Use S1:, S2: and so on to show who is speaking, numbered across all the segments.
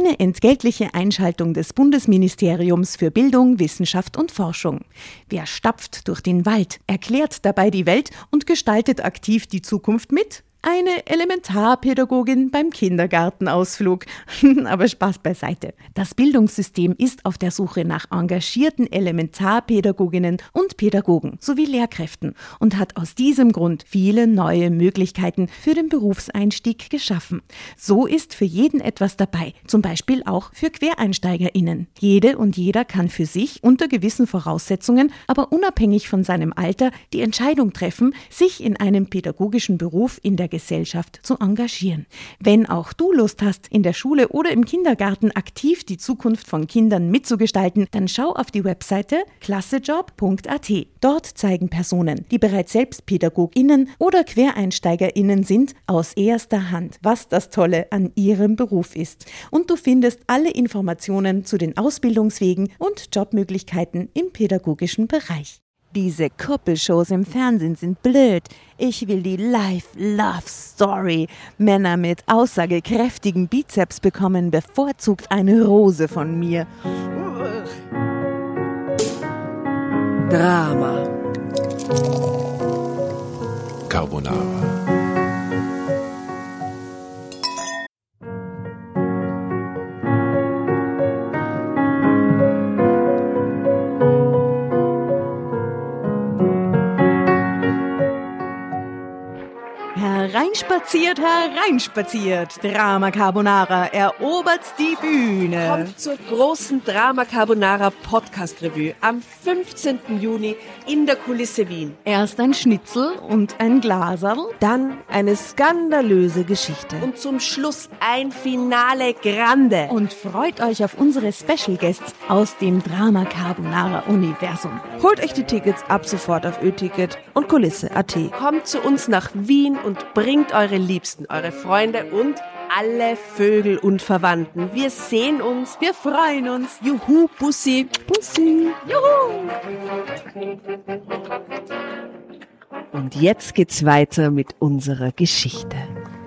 S1: Eine entgeltliche Einschaltung des Bundesministeriums für Bildung, Wissenschaft und Forschung. Wer stapft durch den Wald, erklärt dabei die Welt und gestaltet aktiv die Zukunft mit? Eine Elementarpädagogin beim Kindergartenausflug. Aber Spaß beiseite. Das Bildungssystem ist auf der Suche nach engagierten Elementarpädagoginnen und Pädagogen sowie Lehrkräften und hat aus diesem Grund viele neue Möglichkeiten für den Berufseinstieg geschaffen. So ist für jeden etwas dabei, zum Beispiel auch für QuereinsteigerInnen. Jede und jeder kann für sich unter gewissen Voraussetzungen, aber unabhängig von seinem Alter, die Entscheidung treffen, sich in einem pädagogischen Beruf in der Gesellschaft zu engagieren. Wenn auch du Lust hast, in der Schule oder im Kindergarten aktiv die Zukunft von Kindern mitzugestalten, dann schau auf die Webseite klassejob.at. Dort zeigen Personen, die bereits selbst PädagogInnen oder QuereinsteigerInnen sind, aus erster Hand, was das Tolle an ihrem Beruf ist. Und du findest alle Informationen zu den Ausbildungswegen und Jobmöglichkeiten im pädagogischen Bereich. Diese Kuppelshows im Fernsehen sind blöd. Ich will die Life-Love-Story. Männer mit aussagekräftigen Bizeps bekommen bevorzugt eine Rose von mir.
S2: Drama.
S3: Carbonara.
S1: Hereinspaziert, Drama Carbonara erobert die Bühne.
S2: Kommt zur großen Drama Carbonara Podcast Revue am 15. Juni in der Kulisse Wien.
S1: Erst ein Schnitzel und ein Glaserl.
S2: Dann eine skandalöse Geschichte. Und zum Schluss ein Finale Grande.
S1: Und freut euch auf unsere Special Guests aus dem Drama Carbonara Universum.
S2: Holt euch die Tickets ab sofort auf Ö-Ticket und Kulisse.at. Kommt zu uns nach Wien und bringt eure Liebsten, eure Freunde und alle Vögel und Verwandten. Wir sehen uns, wir freuen uns. Juhu, Bussi. Bussi. Juhu. Und jetzt geht's weiter mit unserer Geschichte.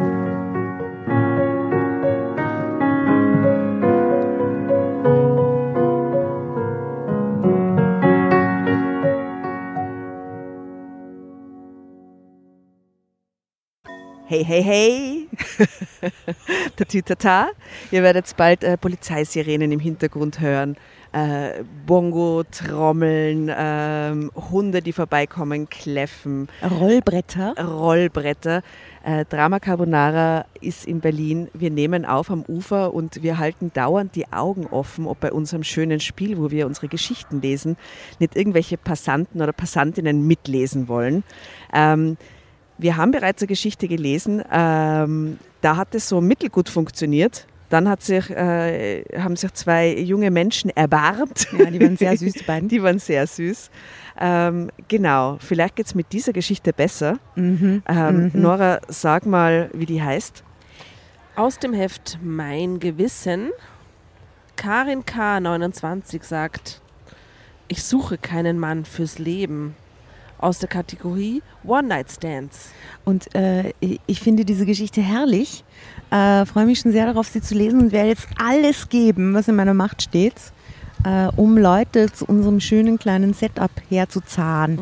S2: Hey, hey, hey, Tatütata. Ihr werdet bald Polizeisirenen im Hintergrund hören, Bongo, Trommeln, Hunde, die vorbeikommen, kläffen.
S1: Rollbretter.
S2: Drama Carbonara ist in Berlin. Wir nehmen auf am Ufer und wir halten dauernd die Augen offen, ob bei unserem schönen Spiel, wo wir unsere Geschichten lesen, nicht irgendwelche Passanten oder Passantinnen mitlesen wollen. Wir haben bereits eine Geschichte gelesen, da hat es so mittelgut funktioniert. Dann haben sich zwei junge Menschen erbarmt.
S1: Ja, die waren sehr süß, die beiden.
S2: Die waren sehr süß. Genau, vielleicht geht es mit dieser Geschichte besser. Nora, sag mal, wie die heißt.
S4: Aus dem Heft Mein Gewissen. Karin K. 29 sagt: Ich suche keinen Mann fürs Leben. Aus der Kategorie One-Night-Stands.
S1: Und ich finde diese Geschichte herrlich. Freue mich schon sehr darauf, sie zu lesen und werde jetzt alles geben, was in meiner Macht steht, um Leute zu unserem schönen kleinen Setup herzuzahlen.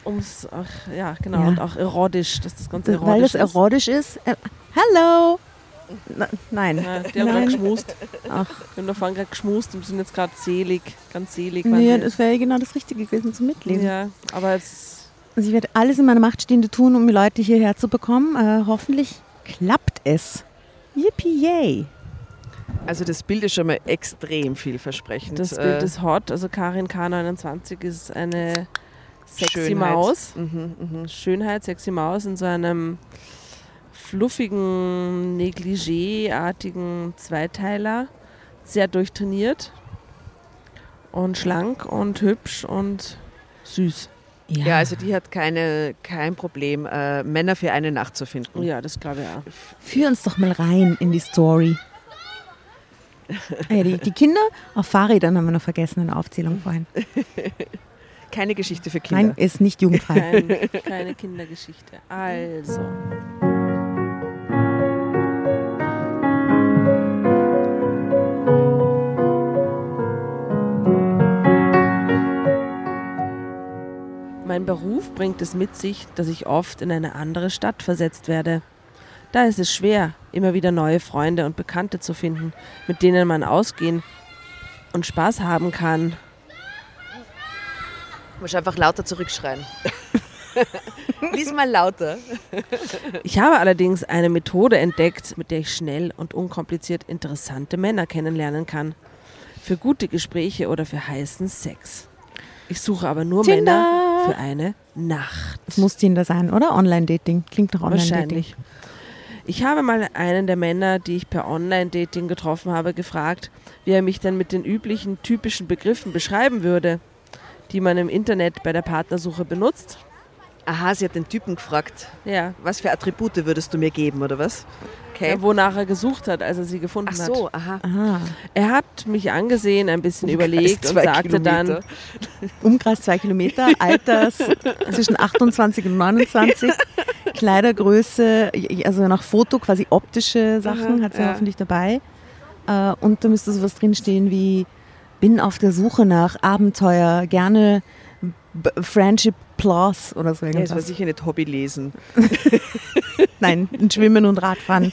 S4: Ja. Und auch erotisch, dass das Ganze erotisch ist.
S1: Weil es erotisch ist. Hello! Nein.
S4: Ja, die haben gerade geschmust. Ach. Wir haben da vorhin gerade geschmust und sind jetzt gerade ganz selig.
S1: Ja, das wäre genau das Richtige gewesen zum Mitlesen.
S4: Ja, aber es...
S1: Also ich werde alles in meiner Macht Stehende tun, um die Leute hierher zu bekommen. Hoffentlich klappt es. Yippie yay!
S2: Also das Bild ist schon mal extrem vielversprechend.
S4: Das Bild ist hot. Also Karin K29 ist eine sexy
S2: Schönheit.
S4: Maus. Schönheit, sexy Maus in so einem fluffigen, Negligé-artigen Zweiteiler. Sehr durchtrainiert und schlank und hübsch und süß.
S2: Ja, also die hat kein Problem, Männer für eine Nacht zu finden.
S4: Ja, das glaube ich auch.
S1: Führ uns doch mal rein in die Story. Die Kinder auf Fahrrädern haben wir noch vergessen in der Aufzählung vorhin.
S2: Keine Geschichte für Kinder.
S1: Nein, ist nicht jugendfrei.
S4: Keine Kindergeschichte. Also. Mein Beruf bringt es mit sich, dass ich oft in eine andere Stadt versetzt werde. Da ist es schwer, immer wieder neue Freunde und Bekannte zu finden, mit denen man ausgehen und Spaß haben kann.
S2: Du musst einfach lauter zurückschreien. Lies mal lauter.
S4: Ich habe allerdings eine Methode entdeckt, mit der ich schnell und unkompliziert interessante Männer kennenlernen kann. Für gute Gespräche oder für heißen Sex. Ich suche aber nur
S1: Tinder.
S4: Männer für eine Nacht.
S1: Das muss Tinder sein, oder? Online-Dating. Klingt nach Online-Dating.
S4: Wahrscheinlich. Ich habe mal einen der Männer, die ich per Online-Dating getroffen habe, gefragt, wie er mich denn mit den üblichen, typischen Begriffen beschreiben würde, die man im Internet bei der Partnersuche benutzt.
S2: Aha, sie hat den Typen gefragt.
S4: Ja.
S2: Was für Attribute würdest du mir geben, oder was? Okay.
S4: Wonach er gesucht hat, als er sie gefunden
S2: Ach so,
S4: hat.
S2: aha.
S1: Aha.
S4: Er hat mich angesehen, ein bisschen überlegt und sagte dann,
S1: Umkreis 2 Kilometer, Alters zwischen 28 und 29, Kleidergröße, also nach Foto quasi optische Sachen hat sie hoffentlich dabei. Und da müsste sowas drinstehen wie, bin auf der Suche nach Abenteuer, gerne Friendship Plus oder so
S2: Ja,
S1: irgendwas.
S2: das war sicher nicht Hobby lesen.
S1: Nein, ein Schwimmen und Radfahren.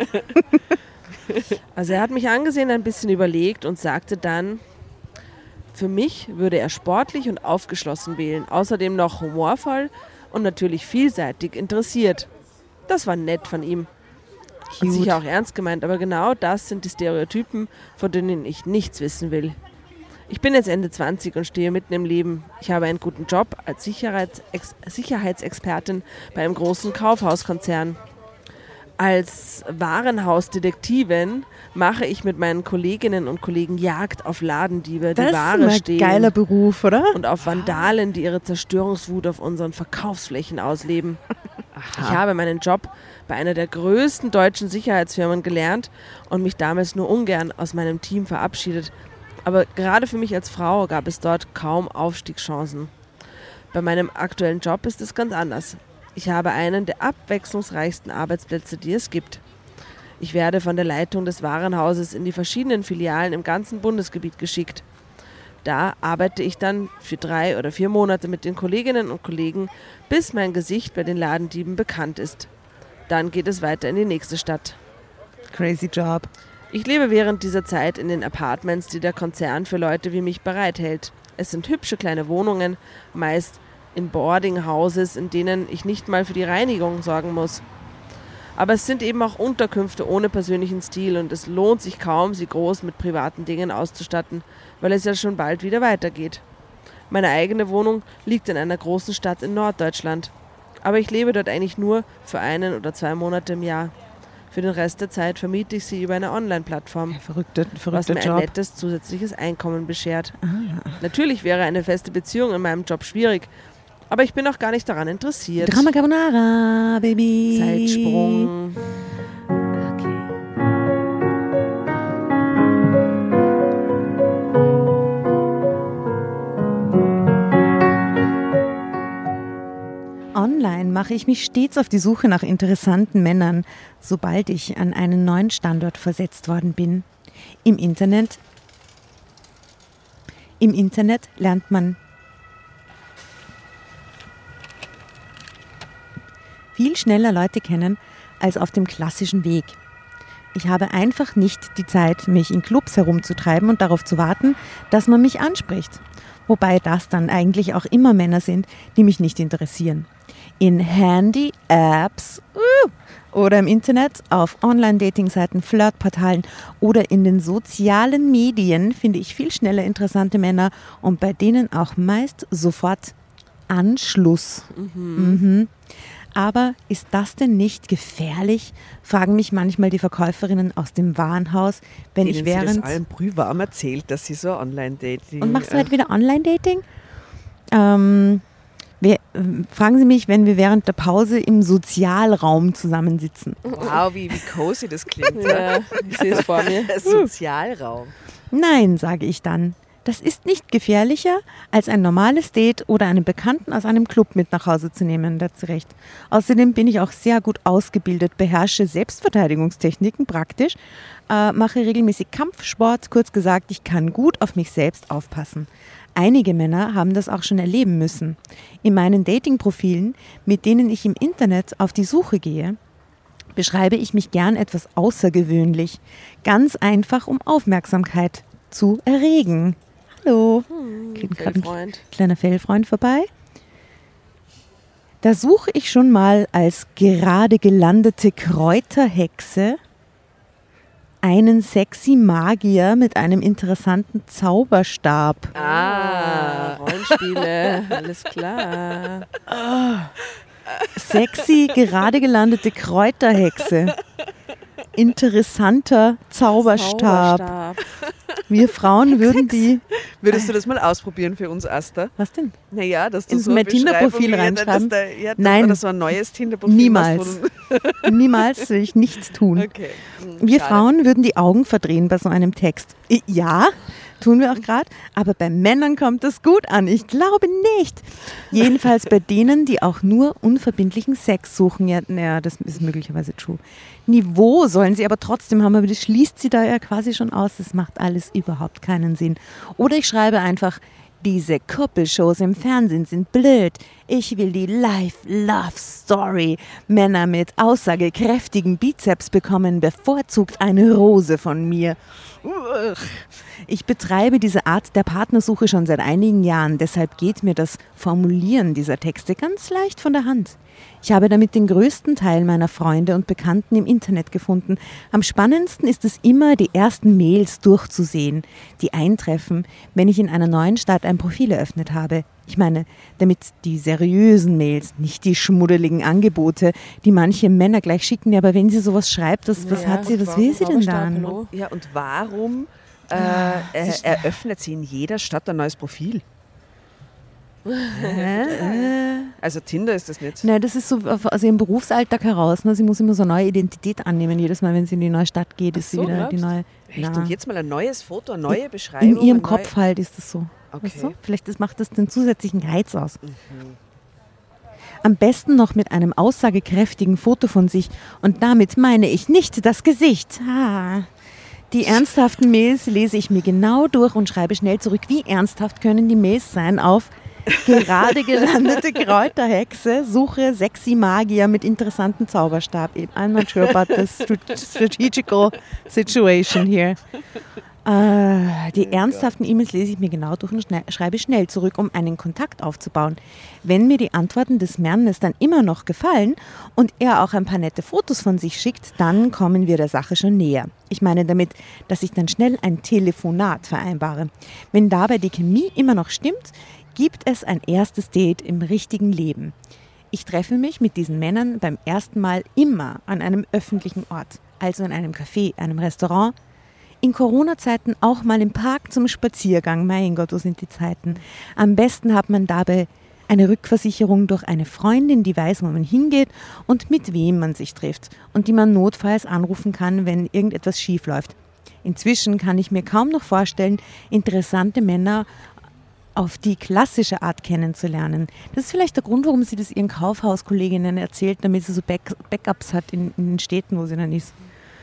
S4: also er hat mich angesehen, ein bisschen überlegt und sagte dann, für mich würde er sportlich und aufgeschlossen wählen, außerdem noch humorvoll und natürlich vielseitig interessiert. Das war nett von ihm. Und
S1: Cute.
S4: sicher auch ernst gemeint, aber genau das sind die Stereotypen, von denen ich nichts wissen will. Ich bin jetzt Ende 20 und stehe mitten im Leben. Ich habe einen guten Job als Sicherheitsexpertin bei einem großen Kaufhauskonzern. Als Warenhausdetektivin mache ich mit meinen Kolleginnen und Kollegen Jagd auf Ladendiebe, die
S1: Das ist
S4: Ware
S1: ein
S4: stehlen.
S1: geiler Beruf, oder?
S4: Und auf Vandalen, die ihre Zerstörungswut auf unseren Verkaufsflächen ausleben. Ich habe meinen Job bei einer der größten deutschen Sicherheitsfirmen gelernt und mich damals nur ungern aus meinem Team verabschiedet. Aber gerade für mich als Frau gab es dort kaum Aufstiegschancen. Bei meinem aktuellen Job ist es ganz anders. Ich habe einen der abwechslungsreichsten Arbeitsplätze, die es gibt. Ich werde von der Leitung des Warenhauses in die verschiedenen Filialen im ganzen Bundesgebiet geschickt. Da arbeite ich dann für 3 oder 4 Monate mit den Kolleginnen und Kollegen, bis mein Gesicht bei den Ladendieben bekannt ist. Dann geht es weiter in die nächste Stadt.
S1: Crazy Job.
S4: Ich lebe während dieser Zeit in den Apartments, die der Konzern für Leute wie mich bereithält. Es sind hübsche kleine Wohnungen, meist in Boarding Houses, in denen ich nicht mal für die Reinigung sorgen muss. Aber es sind eben auch Unterkünfte ohne persönlichen Stil und es lohnt sich kaum, sie groß mit privaten Dingen auszustatten, weil es ja schon bald wieder weitergeht. Meine eigene Wohnung liegt in einer großen Stadt in Norddeutschland. Aber ich lebe dort eigentlich nur für 1 oder 2 Monate im Jahr. Für den Rest der Zeit vermiete ich sie über eine Online-Plattform, was mir ein
S1: Job.
S4: nettes zusätzliches Einkommen beschert. Natürlich wäre eine feste Beziehung in meinem Job schwierig, aber ich bin auch gar nicht daran interessiert.
S1: Drama Carbonara, Baby.
S4: Zeitsprung.
S1: Online mache ich mich stets auf die Suche nach interessanten Männern, sobald ich an einen neuen Standort versetzt worden bin. Im Internet lernt man viel schneller Leute kennen als auf dem klassischen Weg. Ich habe einfach nicht die Zeit, mich in Clubs herumzutreiben und darauf zu warten, dass man mich anspricht. Wobei das dann eigentlich auch immer Männer sind, die mich nicht interessieren. In Handy-Apps oder im Internet, auf Online-Dating-Seiten, Flirtportalen oder in den sozialen Medien finde ich viel schneller interessante Männer und bei denen auch meist sofort Anschluss. Aber ist das denn nicht gefährlich? Fragen mich manchmal die Verkäuferinnen aus dem Warenhaus, wenn
S2: Denen
S1: ich während...
S2: sie das allen brühwarm erzählt, dass sie so Online-Dating...
S1: Und machst du heute wieder Online-Dating? Fragen Sie mich, wenn wir während der Pause im Sozialraum zusammensitzen.
S2: Wow, wie cozy das klingt.
S4: Ja, ich sehe es vor mir.
S2: Sozialraum.
S1: Nein, sage ich dann. Das ist nicht gefährlicher, als ein normales Date oder einen Bekannten aus einem Club mit nach Hause zu nehmen, da hat sie recht. Außerdem bin ich auch sehr gut ausgebildet, beherrsche Selbstverteidigungstechniken praktisch, mache regelmäßig Kampfsport, kurz gesagt, ich kann gut auf mich selbst aufpassen. Einige Männer haben das auch schon erleben müssen. In meinen Dating-Profilen, mit denen ich im Internet auf die Suche gehe, beschreibe ich mich gern etwas außergewöhnlich, ganz einfach, um Aufmerksamkeit zu erregen. Hallo, kommt gerade ein kleiner Fellfreund vorbei. Da suche ich schon mal als gerade gelandete Kräuterhexe einen sexy Magier mit einem interessanten Zauberstab.
S4: Rollenspiele, alles klar.
S1: Sexy, gerade gelandete Kräuterhexe. Interessanter Zauberstab. Wir Frauen würden die...
S2: Würdest du das mal ausprobieren für uns, Asta?
S1: Was denn?
S2: Naja, dass du
S1: in
S2: so
S1: mein Tinder-Profil reinschreiben? Nein.
S2: Oder so ein neues Tinder-Profil.
S1: Niemals. Niemals will ich nichts tun.
S2: Okay.
S1: Wir Frauen würden die Augen verdrehen bei so einem Text. Ja, tun wir auch gerade, aber bei Männern kommt das gut an. Ich glaube nicht. Jedenfalls bei denen, die auch nur unverbindlichen Sex suchen. Ja, das ist möglicherweise true. Niveau sollen sie aber trotzdem haben, aber das schließt sie da ja quasi schon aus. Das macht alles überhaupt keinen Sinn. Oder ich schreibe einfach, diese Kuppelshows im Fernsehen sind blöd. Ich will die Life-Love-Story. Männer mit aussagekräftigen Bizeps bekommen bevorzugt eine Rose von mir. Ich betreibe diese Art der Partnersuche schon seit einigen Jahren. Deshalb geht mir das Formulieren dieser Texte ganz leicht von der Hand. Ich habe damit den größten Teil meiner Freunde und Bekannten im Internet gefunden. Am spannendsten ist es immer, die ersten Mails durchzusehen, die eintreffen, wenn ich in einer neuen Stadt ein Profil eröffnet habe. Ich meine, damit die seriösen Mails, nicht die schmuddeligen Angebote, die manche Männer gleich schicken. Ja, aber wenn sie sowas schreibt, was will sie denn dann?
S2: Ja, und warum eröffnet sie in jeder Stadt ein neues Profil? Also Tinder ist das nicht.
S1: Nein, das ist so aus ihrem Berufsalltag heraus. Ne? Sie muss immer so eine neue Identität annehmen. Jedes Mal, wenn sie in die neue Stadt geht, ist sie wieder die neue.
S2: Echt? Und jetzt mal ein neues Foto, eine neue Beschreibung?
S1: In ihrem Kopf halt ist das so.
S2: Okay.
S1: Weißt du? Vielleicht macht das den zusätzlichen Reiz aus. Am besten noch mit einem aussagekräftigen Foto von sich. Und damit meine ich nicht das Gesicht. Die ernsthaften Mails lese ich mir genau durch und schreibe schnell zurück. Wie ernsthaft können die Mails sein auf gerade gelandete Kräuterhexe, suche sexy Magier mit interessantem Zauberstab. I'm not sure about the strategical situation here. Die ernsthaften E-Mails lese ich mir genau durch und schreibe schnell zurück, um einen Kontakt aufzubauen. Wenn mir die Antworten des Mannes dann immer noch gefallen und er auch ein paar nette Fotos von sich schickt, dann kommen wir der Sache schon näher. Ich meine damit, dass ich dann schnell ein Telefonat vereinbare. Wenn dabei die Chemie immer noch stimmt, gibt es ein erstes Date im richtigen Leben. Ich treffe mich mit diesen Männern beim ersten Mal immer an einem öffentlichen Ort, also in einem Café, einem Restaurant. In Corona-Zeiten auch mal im Park zum Spaziergang. Mein Gott, wo sind die Zeiten? Am besten hat man dabei eine Rückversicherung durch eine Freundin, die weiß, wo man hingeht und mit wem man sich trifft und die man notfalls anrufen kann, wenn irgendetwas schief läuft. Inzwischen kann ich mir kaum noch vorstellen, interessante Männer auf die klassische Art kennenzulernen. Das ist vielleicht der Grund, warum sie das ihren Kaufhauskolleginnen erzählt, damit sie so Backups hat in den Städten, wo sie dann ist.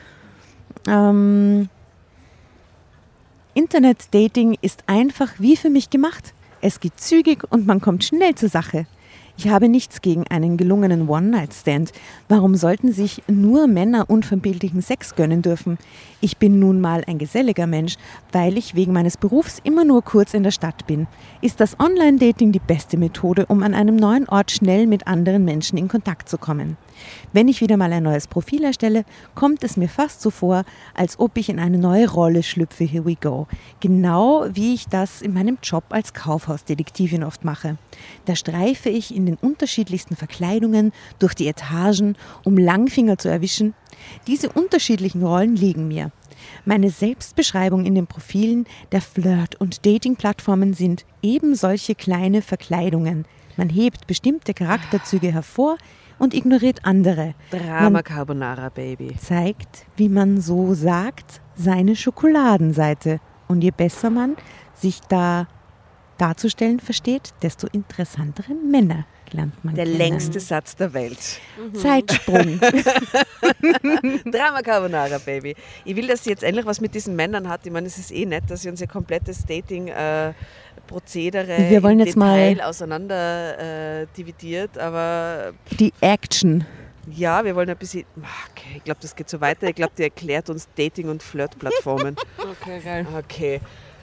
S1: Internet-Dating ist einfach wie für mich gemacht. Es geht zügig und man kommt schnell zur Sache. Ich habe nichts gegen einen gelungenen One-Night-Stand. Warum sollten sich nur Männer unverbindlichen Sex gönnen dürfen? Ich bin nun mal ein geselliger Mensch, weil ich wegen meines Berufs immer nur kurz in der Stadt bin. Ist das Online-Dating die beste Methode, um an einem neuen Ort schnell mit anderen Menschen in Kontakt zu kommen? Wenn ich wieder mal ein neues Profil erstelle, kommt es mir fast so vor, als ob ich in eine neue Rolle schlüpfe. Here we go. Genau wie ich das in meinem Job als Kaufhausdetektivin oft mache. Da streife ich in den unterschiedlichsten Verkleidungen durch die Etagen, um Langfinger zu erwischen. Diese unterschiedlichen Rollen liegen mir. Meine Selbstbeschreibung in den Profilen der Flirt- und Dating-Plattformen sind eben solche kleine Verkleidungen. Man hebt bestimmte Charakterzüge hervor und ignoriert andere.
S2: Drama Carbonara, Baby.
S1: Zeigt, wie man so sagt, seine Schokoladenseite. Und je besser man sich da darzustellen versteht, desto interessantere Männer lernt man
S2: Der
S1: kennen.
S2: längste Satz der Welt.
S1: Zeitsprung.
S2: Drama Carbonara, Baby. Ich will, dass sie jetzt endlich was mit diesen Männern hat. Ich meine, es ist nett, dass sie unser komplettes Dating-Prozedere
S1: Wir wollen
S2: im
S1: jetzt
S2: Detail
S1: mal
S2: auseinander dividiert, aber
S1: die Action.
S2: ja, wir wollen ein bisschen... Okay, ich glaube, das geht so weiter. Ich glaube, die erklärt uns Dating- und Flirt-Plattformen.
S4: Okay, geil.
S2: Okay.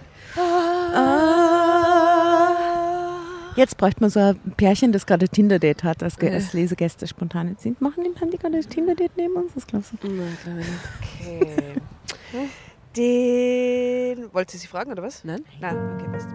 S1: Jetzt bräuchte man so ein Pärchen, das gerade ein Tinder-Date hat, als Lesegäste spontan jetzt sind. Haben die gerade ein Tinder-Date neben uns? Was glaubst du?
S4: Nein, glaube ich nicht.
S2: Okay. Den... Wollt ihr sie fragen, oder was?
S4: Nein?
S2: Nein, okay, passt.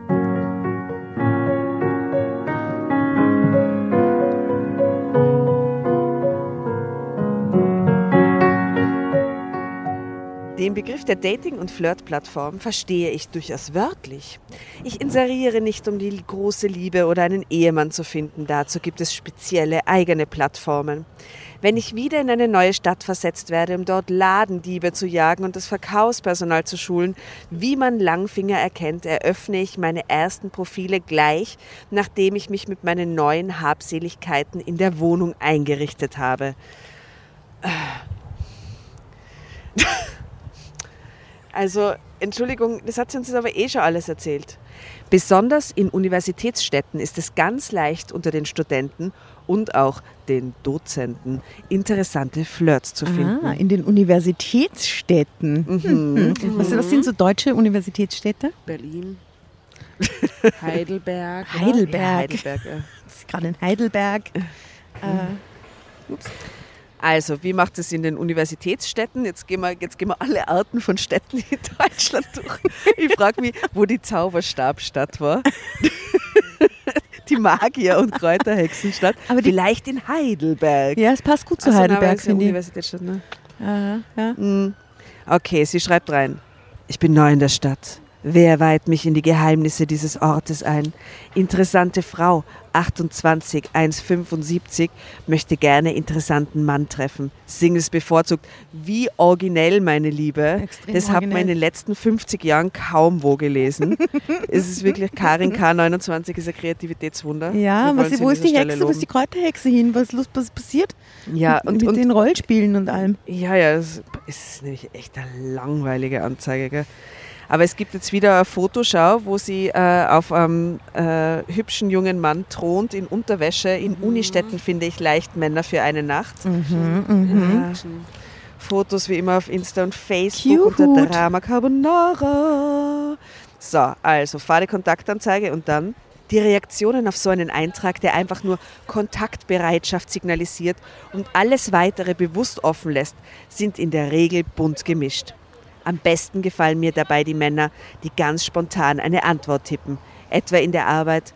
S2: Den Begriff der Dating- und Flirt-Plattform verstehe ich durchaus wörtlich. Ich inseriere nicht, um die große Liebe oder einen Ehemann zu finden. Dazu gibt es spezielle eigene Plattformen. Wenn ich wieder in eine neue Stadt versetzt werde, um dort Ladendiebe zu jagen und das Verkaufspersonal zu schulen, wie man Langfinger erkennt, eröffne ich meine ersten Profile gleich, nachdem ich mich mit meinen neuen Habseligkeiten in der Wohnung eingerichtet habe. Also, Entschuldigung, das hat sie uns jetzt aber schon alles erzählt. Besonders in Universitätsstädten ist es ganz leicht unter den Studenten und auch den Dozenten interessante Flirts zu finden.
S1: In den Universitätsstädten. Was sind so deutsche Universitätsstädte?
S4: Berlin. Heidelberg. oder?
S1: Heidelberg.
S2: Ja, Heidelberg, ja.
S1: Das ist gerade in Heidelberg.
S2: Also, wie macht es in den Universitätsstädten? Jetzt gehen wir alle Arten von Städten in Deutschland durch. Ich frage mich, wo die Zauberstabstadt war. Die Magier- und Kräuterhexenstadt.
S1: Aber
S2: vielleicht in Heidelberg.
S1: Ja, es passt gut zu
S2: Also,
S1: Heidelberg,
S2: nein, aber
S1: finde ich.
S2: Universitätsstadt, ne?
S1: Ja.
S2: Okay, sie schreibt rein. Ich bin neu in der Stadt. Wer weiht mich in die Geheimnisse dieses Ortes ein? Interessante Frau, 28, 1,75, möchte gerne interessanten Mann treffen. Singles bevorzugt. Wie originell, meine Liebe.
S1: Extrem
S2: Das hat man in
S1: originell.
S2: den letzten 50 Jahren kaum wo gelesen. Es ist wirklich, Karin K29 ist ein Kreativitätswunder.
S1: Ja,
S2: Wir wollen sie
S1: wo
S2: an
S1: ist die
S2: dieser
S1: Hexe,
S2: Stelle
S1: wo ist die Kräuterhexe hin? Was passiert
S2: loben. Ja,
S1: mit den Rollenspielen und allem?
S2: Ja, das ist nämlich echt eine langweilige Anzeige. Gell? Aber es gibt jetzt wieder eine Fotoschau, wo sie auf einem hübschen jungen Mann thront in Unterwäsche. In Unistädten finde ich leicht Männer für eine Nacht. Ja. Fotos wie immer auf Insta und Facebook
S1: Cute.
S2: unter Drama Carbonara. So, also fahre Kontaktanzeige und dann die Reaktionen auf so einen Eintrag, der einfach nur Kontaktbereitschaft signalisiert und alles Weitere bewusst offen lässt, sind in der Regel bunt gemischt. Am besten gefallen mir dabei die Männer, die ganz spontan eine Antwort tippen. Etwa in der Art,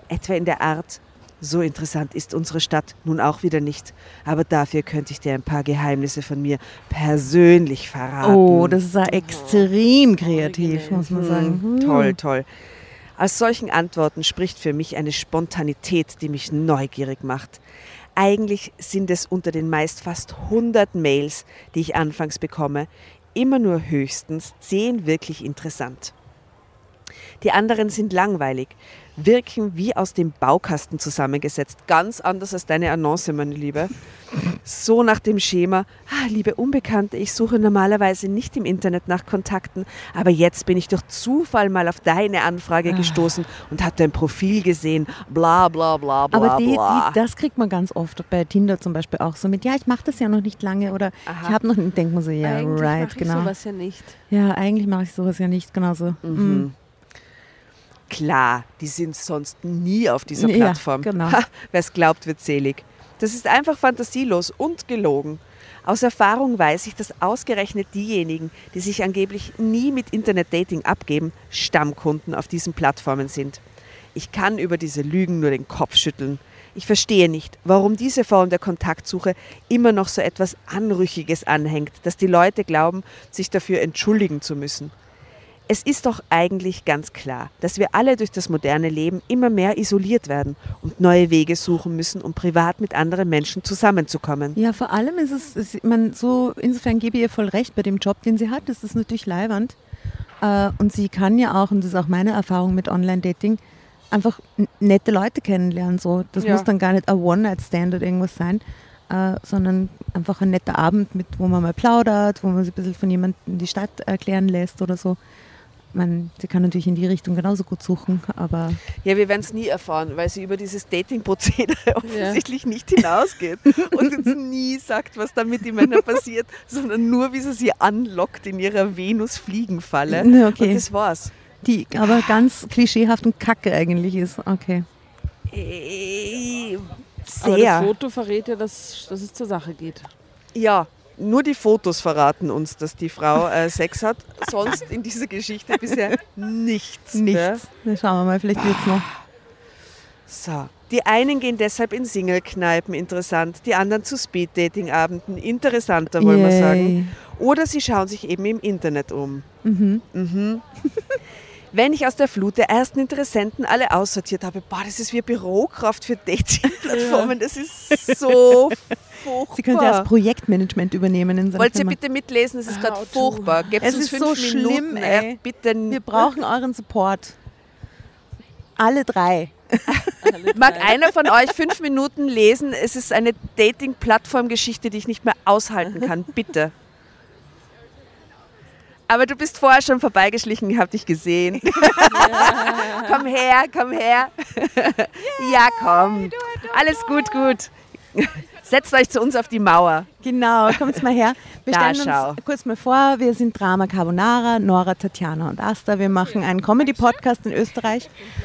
S2: so interessant ist unsere Stadt nun auch wieder nicht. Aber dafür könnte ich dir ein paar Geheimnisse von mir persönlich verraten.
S1: Oh, das ist ja extrem kreativ, muss man sagen.
S2: Toll, toll. Aus solchen Antworten spricht für mich eine Spontanität, die mich neugierig macht. Eigentlich sind es unter den meist fast 100 Mails, die ich anfangs bekomme, immer nur höchstens 10 wirklich interessant. Die anderen sind langweilig, wirken wie aus dem Baukasten zusammengesetzt. Ganz anders als deine Annonce, meine Liebe. So nach dem Schema, liebe Unbekannte, ich suche normalerweise nicht im Internet nach Kontakten, aber jetzt bin ich durch Zufall mal auf deine Anfrage gestoßen und habe dein Profil gesehen, bla bla bla bla
S1: Aber
S2: bla.
S1: das kriegt man ganz oft, bei Tinder zum Beispiel auch so mit, ja, ich mache das ja noch nicht lange oder ich habe noch nicht, denkt man so, ja,
S4: Eigentlich
S1: right,
S4: mache ich
S1: genau.
S4: sowas ja nicht.
S1: Ja, eigentlich mache ich sowas ja nicht, genauso.
S2: Klar, die sind sonst nie auf dieser
S1: Ja,
S2: Plattform.
S1: genau.
S2: Wer es glaubt, wird selig. Das ist einfach fantasielos und gelogen. Aus Erfahrung weiß ich, dass ausgerechnet diejenigen, die sich angeblich nie mit Internet-Dating abgeben, Stammkunden auf diesen Plattformen sind. Ich kann über diese Lügen nur den Kopf schütteln. Ich verstehe nicht, warum diese Form der Kontaktsuche immer noch so etwas Anrüchiges anhängt, dass die Leute glauben, sich dafür entschuldigen zu müssen. Es ist doch eigentlich ganz klar, dass wir alle durch das moderne Leben immer mehr isoliert werden und neue Wege suchen müssen, um privat mit anderen Menschen zusammenzukommen.
S1: Ja, vor allem insofern gebe ich ihr voll recht, bei dem Job, den sie hat, ist das natürlich leiwand. Und sie kann ja auch, und das ist auch meine Erfahrung mit Online-Dating, einfach nette Leute kennenlernen. So. Das muss dann gar nicht ein One-Night-Stand oder irgendwas sein, sondern einfach ein netter Abend, wo man mal plaudert, wo man sich ein bisschen von jemandem die Stadt erklären lässt oder so. Sie kann natürlich in die Richtung genauso gut suchen, aber...
S2: Ja, wir werden es nie erfahren, weil sie über dieses Dating-Prozedere offensichtlich nicht hinausgeht und uns nie sagt, was da mit den Männern passiert, sondern nur, wie sie anlockt in ihrer Venus-Fliegenfalle.
S1: Okay.
S2: Und das war's.
S1: Die aber ganz klischeehaft und kacke eigentlich ist. Okay.
S4: Aber das Foto verrät ja, dass es zur Sache geht.
S2: Ja. Nur die Fotos verraten uns, dass die Frau Sex hat. Sonst in dieser Geschichte bisher nichts.
S1: Nichts. Ja? Schauen wir mal, vielleicht wird's noch.
S2: So. Die einen gehen deshalb in Single-Kneipen, interessant. Die anderen zu Speed-Dating-Abenden, interessanter, wollen wir sagen. Oder sie schauen sich eben im Internet um. Wenn ich aus der Flut der ersten Interessenten alle aussortiert habe, das ist wie Bürokraft für Dating-Plattformen. Das ist so furchtbar.
S1: Sie könnte erst Projektmanagement übernehmen in seiner
S2: Wollt ihr
S1: Firma.
S2: bitte mitlesen? Es ist gerade furchtbar. Gebt
S1: es
S2: uns
S1: ist
S2: 5
S1: so
S2: Minuten.
S1: Schlimm, ey.
S2: Bitte.
S1: Wir brauchen euren Support. Alle drei.
S2: Mag einer von euch 5 Minuten lesen? Es ist eine Dating-Plattform-Geschichte, die ich nicht mehr aushalten kann. Bitte. Aber du bist vorher schon vorbeigeschlichen, ich habe dich gesehen. Komm her, komm her. Ja, komm. Alles gut. Setzt euch zu uns auf die Mauer.
S1: Genau, kommt mal her. Wir stellen uns kurz mal vor, wir sind Drama Carbonara, Nora, Tatjana und Asta. Wir machen einen Comedy-Podcast in Österreich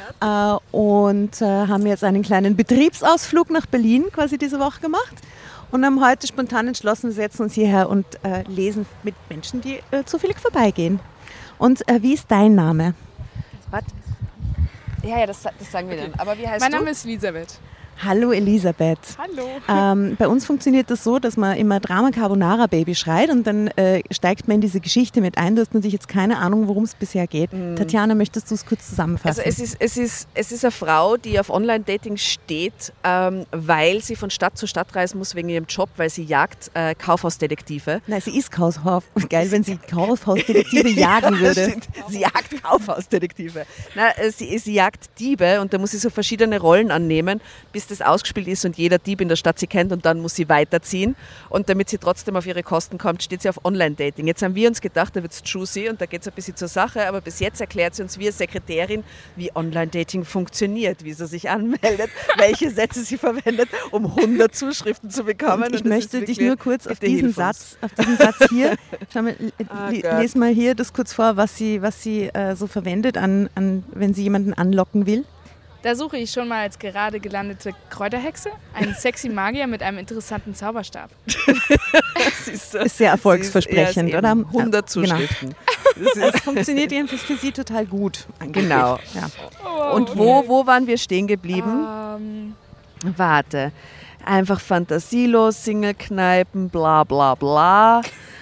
S1: und haben jetzt einen kleinen Betriebsausflug nach Berlin quasi diese Woche gemacht. Und haben heute spontan entschlossen, wir setzen uns hierher und lesen mit Menschen, die zufällig vorbeigehen. Und wie ist dein Name?
S2: Was? Ja, das sagen wir dann. Aber wie heißt
S3: Mein
S2: du?
S3: Name ist Elisabeth.
S1: Hallo Elisabeth.
S3: Hallo.
S1: Bei uns funktioniert das so, dass man immer Drama Carbonara Baby schreit und dann steigt man in diese Geschichte mit ein. Du hast natürlich jetzt keine Ahnung, worum es bisher geht. Tatjana, möchtest du es kurz zusammenfassen?
S2: Also es ist eine Frau, die auf Online-Dating steht, weil sie von Stadt zu Stadt reisen muss wegen ihrem Job, weil sie jagt Kaufhausdetektive.
S1: Nein, sie ist Kaufhaus. Geil, wenn sie Kaufhausdetektive jagen würde.
S2: Sie jagt Kaufhausdetektive. Sie jagt Diebe und da muss sie so verschiedene Rollen annehmen, bis das ausgespielt ist und jeder Dieb in der Stadt sie kennt und dann muss sie weiterziehen. Und damit sie trotzdem auf ihre Kosten kommt, steht sie auf Online-Dating. Jetzt haben wir uns gedacht, da wird es juicy und da geht es ein bisschen zur Sache, aber bis jetzt erklärt sie uns wie eine Sekretärin, wie Online-Dating funktioniert, wie sie sich anmeldet, welche Sätze sie verwendet, um 100 Zuschriften zu bekommen.
S1: Und ich möchte dich nur kurz auf diesen Satz hier, schau mal, lese mal hier das kurz vor, was sie so verwendet, wenn sie jemanden anlocken will.
S3: Da suche ich schon mal als gerade gelandete Kräuterhexe einen sexy Magier mit einem interessanten Zauberstab.
S1: Ist sehr erfolgsversprechend, oder?
S2: 100 Zuschriften.
S1: Genau. Das funktioniert jedenfalls für sie total gut.
S2: Genau.
S1: Ja.
S2: Und wo waren wir stehen geblieben? Warte. Einfach fantasielos, Single-Kneipen, bla bla bla.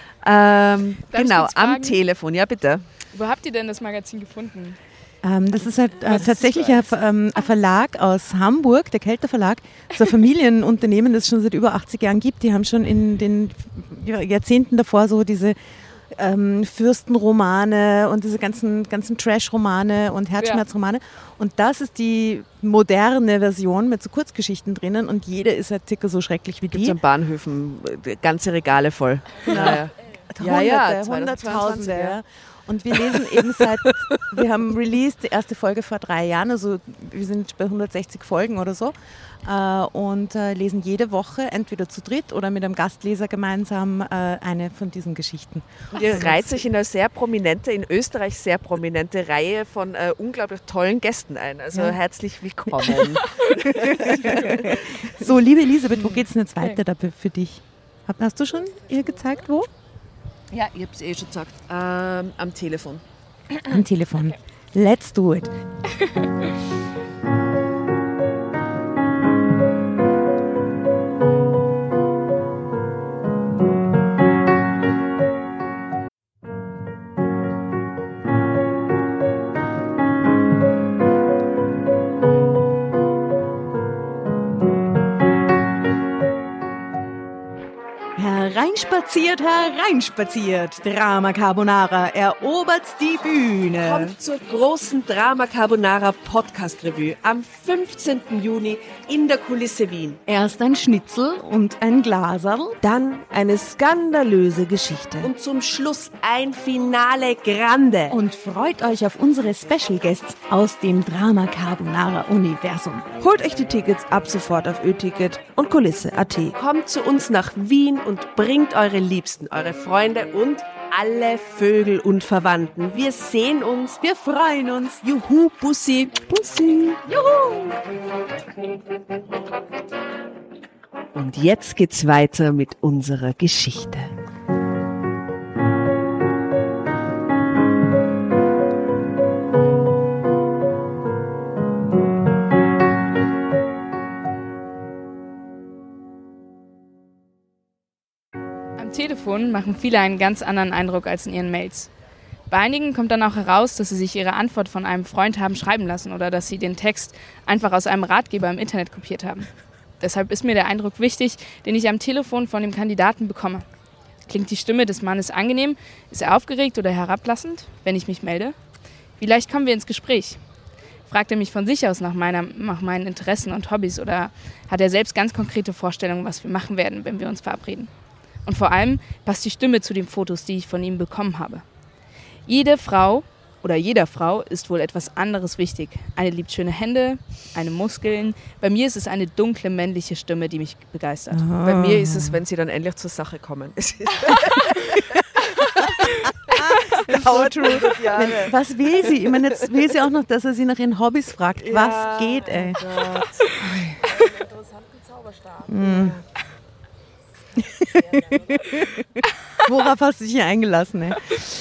S2: Genau, am Telefon. Ja, bitte.
S3: Wo habt ihr denn das Magazin gefunden?
S1: Das ist halt tatsächlich ein Verlag aus Hamburg, der Kelter Verlag. Das ist ein Familienunternehmen, das es schon seit über 80 Jahren gibt. Die haben schon in den Jahrzehnten davor so diese Fürstenromane und diese ganzen Trash-Romane und Herzschmerzromane. Und das ist die moderne Version mit so Kurzgeschichten drinnen und jede ist halt circa so schrecklich wie die.
S2: Gibt es an Bahnhöfen ganze Regale voll.
S1: Genau. Hunderttausende. Ja. Und wir lesen eben wir haben released die erste Folge vor 3 Jahren, also wir sind bei 160 Folgen oder so und lesen jede Woche entweder zu dritt oder mit einem Gastleser gemeinsam eine von diesen Geschichten.
S2: Und ihr reiht sich in eine in Österreich sehr prominente Reihe von unglaublich tollen Gästen ein. Also herzlich willkommen.
S1: So, liebe Elisabeth, wo geht es denn jetzt weiter für dich? Hast du schon ihr gezeigt, wo?
S2: Ja, ich habe es schon gesagt. Am Telefon.
S1: Am Telefon. Let's do it. Hereinspaziert, hereinspaziert. Drama Carbonara erobert die Bühne.
S5: Kommt zur großen Drama Carbonara Podcast Revue am 15. Juni in der Kulisse Wien.
S1: Erst ein Schnitzel und ein Glaserl.
S5: Dann eine skandalöse Geschichte. Und zum Schluss ein Finale Grande.
S1: Und freut euch auf unsere Special Guests aus dem Drama Carbonara Universum.
S5: Holt euch die Tickets ab sofort auf Ö-Ticket und Kulisse.at. Kommt zu uns nach Wien und bringt eure Liebsten, eure Freunde und alle Vögel und Verwandten. Wir sehen uns.
S1: Wir freuen uns.
S5: Juhu, Bussi.
S1: Bussi.
S5: Juhu. Und jetzt geht's weiter mit unserer Geschichte.
S3: Am Telefon machen viele einen ganz anderen Eindruck als in ihren Mails. Bei einigen kommt dann auch heraus, dass sie sich ihre Antwort von einem Freund haben schreiben lassen oder dass sie den Text einfach aus einem Ratgeber im Internet kopiert haben. Deshalb ist mir der Eindruck wichtig, den ich am Telefon von dem Kandidaten bekomme. Klingt die Stimme des Mannes angenehm? Ist er aufgeregt oder herablassend, wenn ich mich melde? Wie leicht kommen wir ins Gespräch? Fragt er mich von sich aus nach meinen Interessen und Hobbys oder hat er selbst ganz konkrete Vorstellungen, was wir machen werden, wenn wir uns verabreden? Und vor allem passt die Stimme zu den Fotos, die ich von ihm bekommen habe. Jede Frau oder jeder Frau ist wohl etwas anderes wichtig. Eine liebt schöne Hände, eine Muskeln. Bei mir ist es eine dunkle männliche Stimme, die mich begeistert.
S2: Bei mir ist es, wenn sie dann endlich zur Sache kommen.
S1: So true. Was will sie? Ich meine, jetzt will sie auch noch, dass er sie nach ihren Hobbys fragt. Ja, was geht, ey?
S2: Oh Gott. Einen interessanten Zauberstab.
S1: Worauf hast du dich hier eingelassen, ey?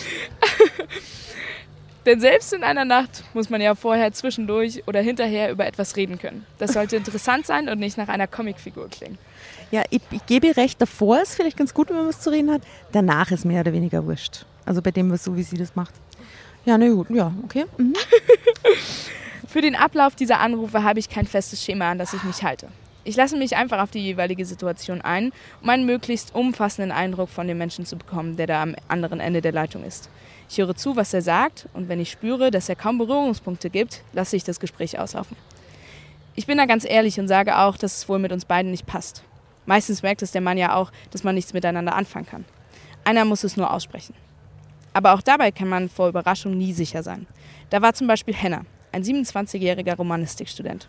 S3: Denn selbst in einer Nacht muss man ja vorher, zwischendurch oder hinterher über etwas reden können. Das sollte interessant sein und nicht nach einer Comicfigur klingen.
S1: Ja, ich gebe recht, davor ist vielleicht ganz gut, wenn man was zu reden hat. Danach ist mehr oder weniger wurscht. Also bei dem, was so wie sie das macht. Ja, na gut, ja, okay. Mhm.
S3: Für den Ablauf dieser Anrufe habe ich kein festes Schema, an das ich mich halte. Ich lasse mich einfach auf die jeweilige Situation ein, um einen möglichst umfassenden Eindruck von dem Menschen zu bekommen, der da am anderen Ende der Leitung ist. Ich höre zu, was er sagt, und wenn ich spüre, dass er kaum Berührungspunkte gibt, lasse ich das Gespräch auslaufen. Ich bin da ganz ehrlich und sage auch, dass es wohl mit uns beiden nicht passt. Meistens merkt es der Mann ja auch, dass man nichts miteinander anfangen kann. Einer muss es nur aussprechen. Aber auch dabei kann man vor Überraschung nie sicher sein. Da war zum Beispiel Henna, ein 27-jähriger Romanistikstudent.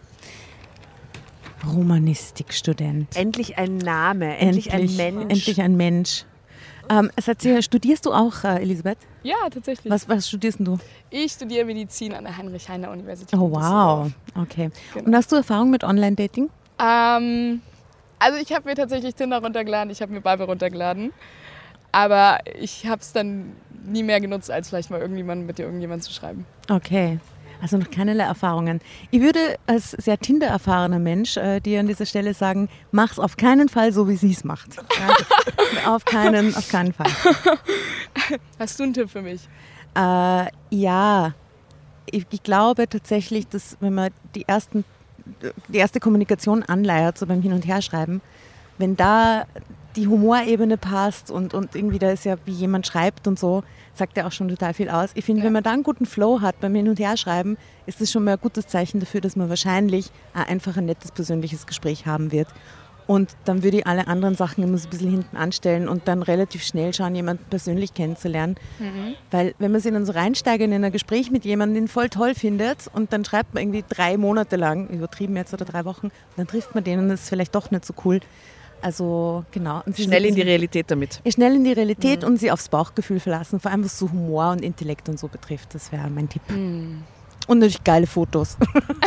S1: Romanistikstudent.
S2: Endlich ein Name, endlich ein Mensch.
S1: Endlich ein Mensch. Studierst du auch, Elisabeth?
S3: Ja, tatsächlich.
S1: Was studierst du?
S3: Ich studiere Medizin an der Heinrich-Heine-Universität.
S1: Oh, wow. Okay. Genau. Und hast du Erfahrung mit Online-Dating?
S3: Also ich habe mir tatsächlich Tinder runtergeladen, ich habe mir Bumble runtergeladen. Aber ich habe es dann nie mehr genutzt, als vielleicht mal mit irgendjemandem zu schreiben.
S1: Okay. Also noch keinerlei Erfahrungen. Ich würde als sehr Tinder-erfahrener Mensch dir an dieser Stelle sagen, mach's auf keinen Fall so, wie sie es macht. Ja? auf keinen Fall.
S3: Hast du einen Tipp für mich?
S1: Ja, ich glaube tatsächlich, dass wenn man die erste Kommunikation anleiert, so beim Hin- und Herschreiben, wenn da die Humorebene passt und irgendwie da ist ja, wie jemand schreibt und so, sagt ja auch schon total viel aus. Ich finde, wenn man da einen guten Flow hat beim Hin- und Herschreiben, ist das schon mal ein gutes Zeichen dafür, dass man wahrscheinlich einfach ein nettes persönliches Gespräch haben wird. Und dann würde ich alle anderen Sachen immer so ein bisschen hinten anstellen und dann relativ schnell schauen, jemanden persönlich kennenzulernen. Mhm. Weil wenn man sich dann so reinsteigert in ein Gespräch mit jemandem, den voll toll findet und dann schreibt man irgendwie 3 Monate lang, übertrieben jetzt, oder 3 Wochen, und dann trifft man den und das ist vielleicht doch nicht so cool. Also genau. Und
S2: schnell in die Realität damit.
S1: Schnell in die Realität und sie aufs Bauchgefühl verlassen, vor allem was so Humor und Intellekt und so betrifft. Das wäre mein Tipp. Und natürlich geile Fotos.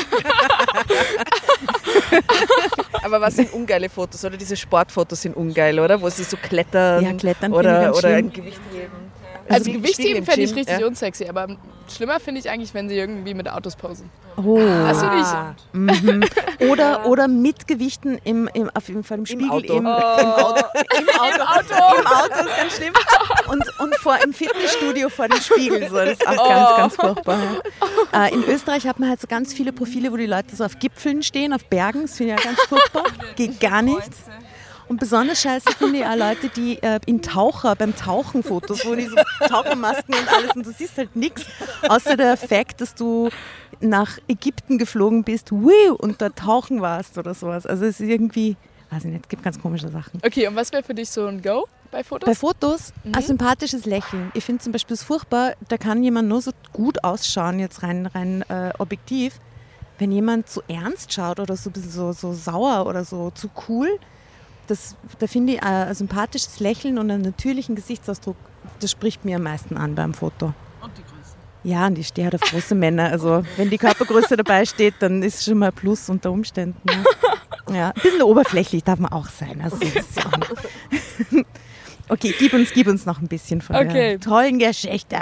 S2: Aber was sind ungeile Fotos? Oder diese Sportfotos sind ungeil, oder? Wo sie so klettern,
S1: ja, klettern
S2: oder ein Gewicht heben.
S3: Also Gewicht heben fände ich richtig unsexy, aber schlimmer finde ich eigentlich, wenn sie irgendwie mit Autos posen.
S1: Oh.
S3: Das finde ich.
S1: Mhm. Oder mit Gewichten vor dem Spiegel
S2: im Auto.
S1: Im Auto ist ganz schlimm. Und im Fitnessstudio vor dem Spiegel. So, das ist auch ganz furchtbar. Ja. In Österreich hat man halt so ganz viele Profile, wo die Leute so auf Gipfeln stehen, auf Bergen. Das finde ich ja ganz furchtbar. Geht gar nicht. Und besonders scheiße finde ich auch Leute, die beim Tauchen Fotos, wo die so Tauchermasken und alles und du siehst halt nichts, außer der Fakt, dass du nach Ägypten geflogen bist und da tauchen warst oder sowas. Also es ist irgendwie, weiß ich nicht, es gibt ganz komische Sachen.
S3: Okay, und was wäre für dich so ein Go bei Fotos?
S1: Bei Fotos ein sympathisches Lächeln. Ich finde zum Beispiel es furchtbar, da kann jemand nur so gut ausschauen, jetzt rein objektiv, wenn jemand zu ernst schaut oder so ein bisschen so sauer oder so zu cool. Da finde ich ein sympathisches Lächeln und einen natürlichen Gesichtsausdruck, das spricht mir am meisten an beim Foto.
S4: Und die Größe.
S1: Ja, und ich stehe halt auf große Männer. Also wenn die Körpergröße dabei steht, dann ist es schon mal ein Plus unter Umständen. Ja, ein bisschen oberflächlich darf man auch sein. Also, das ist ja auch nicht. Okay, gib uns noch ein bisschen von der tollen Geschichte.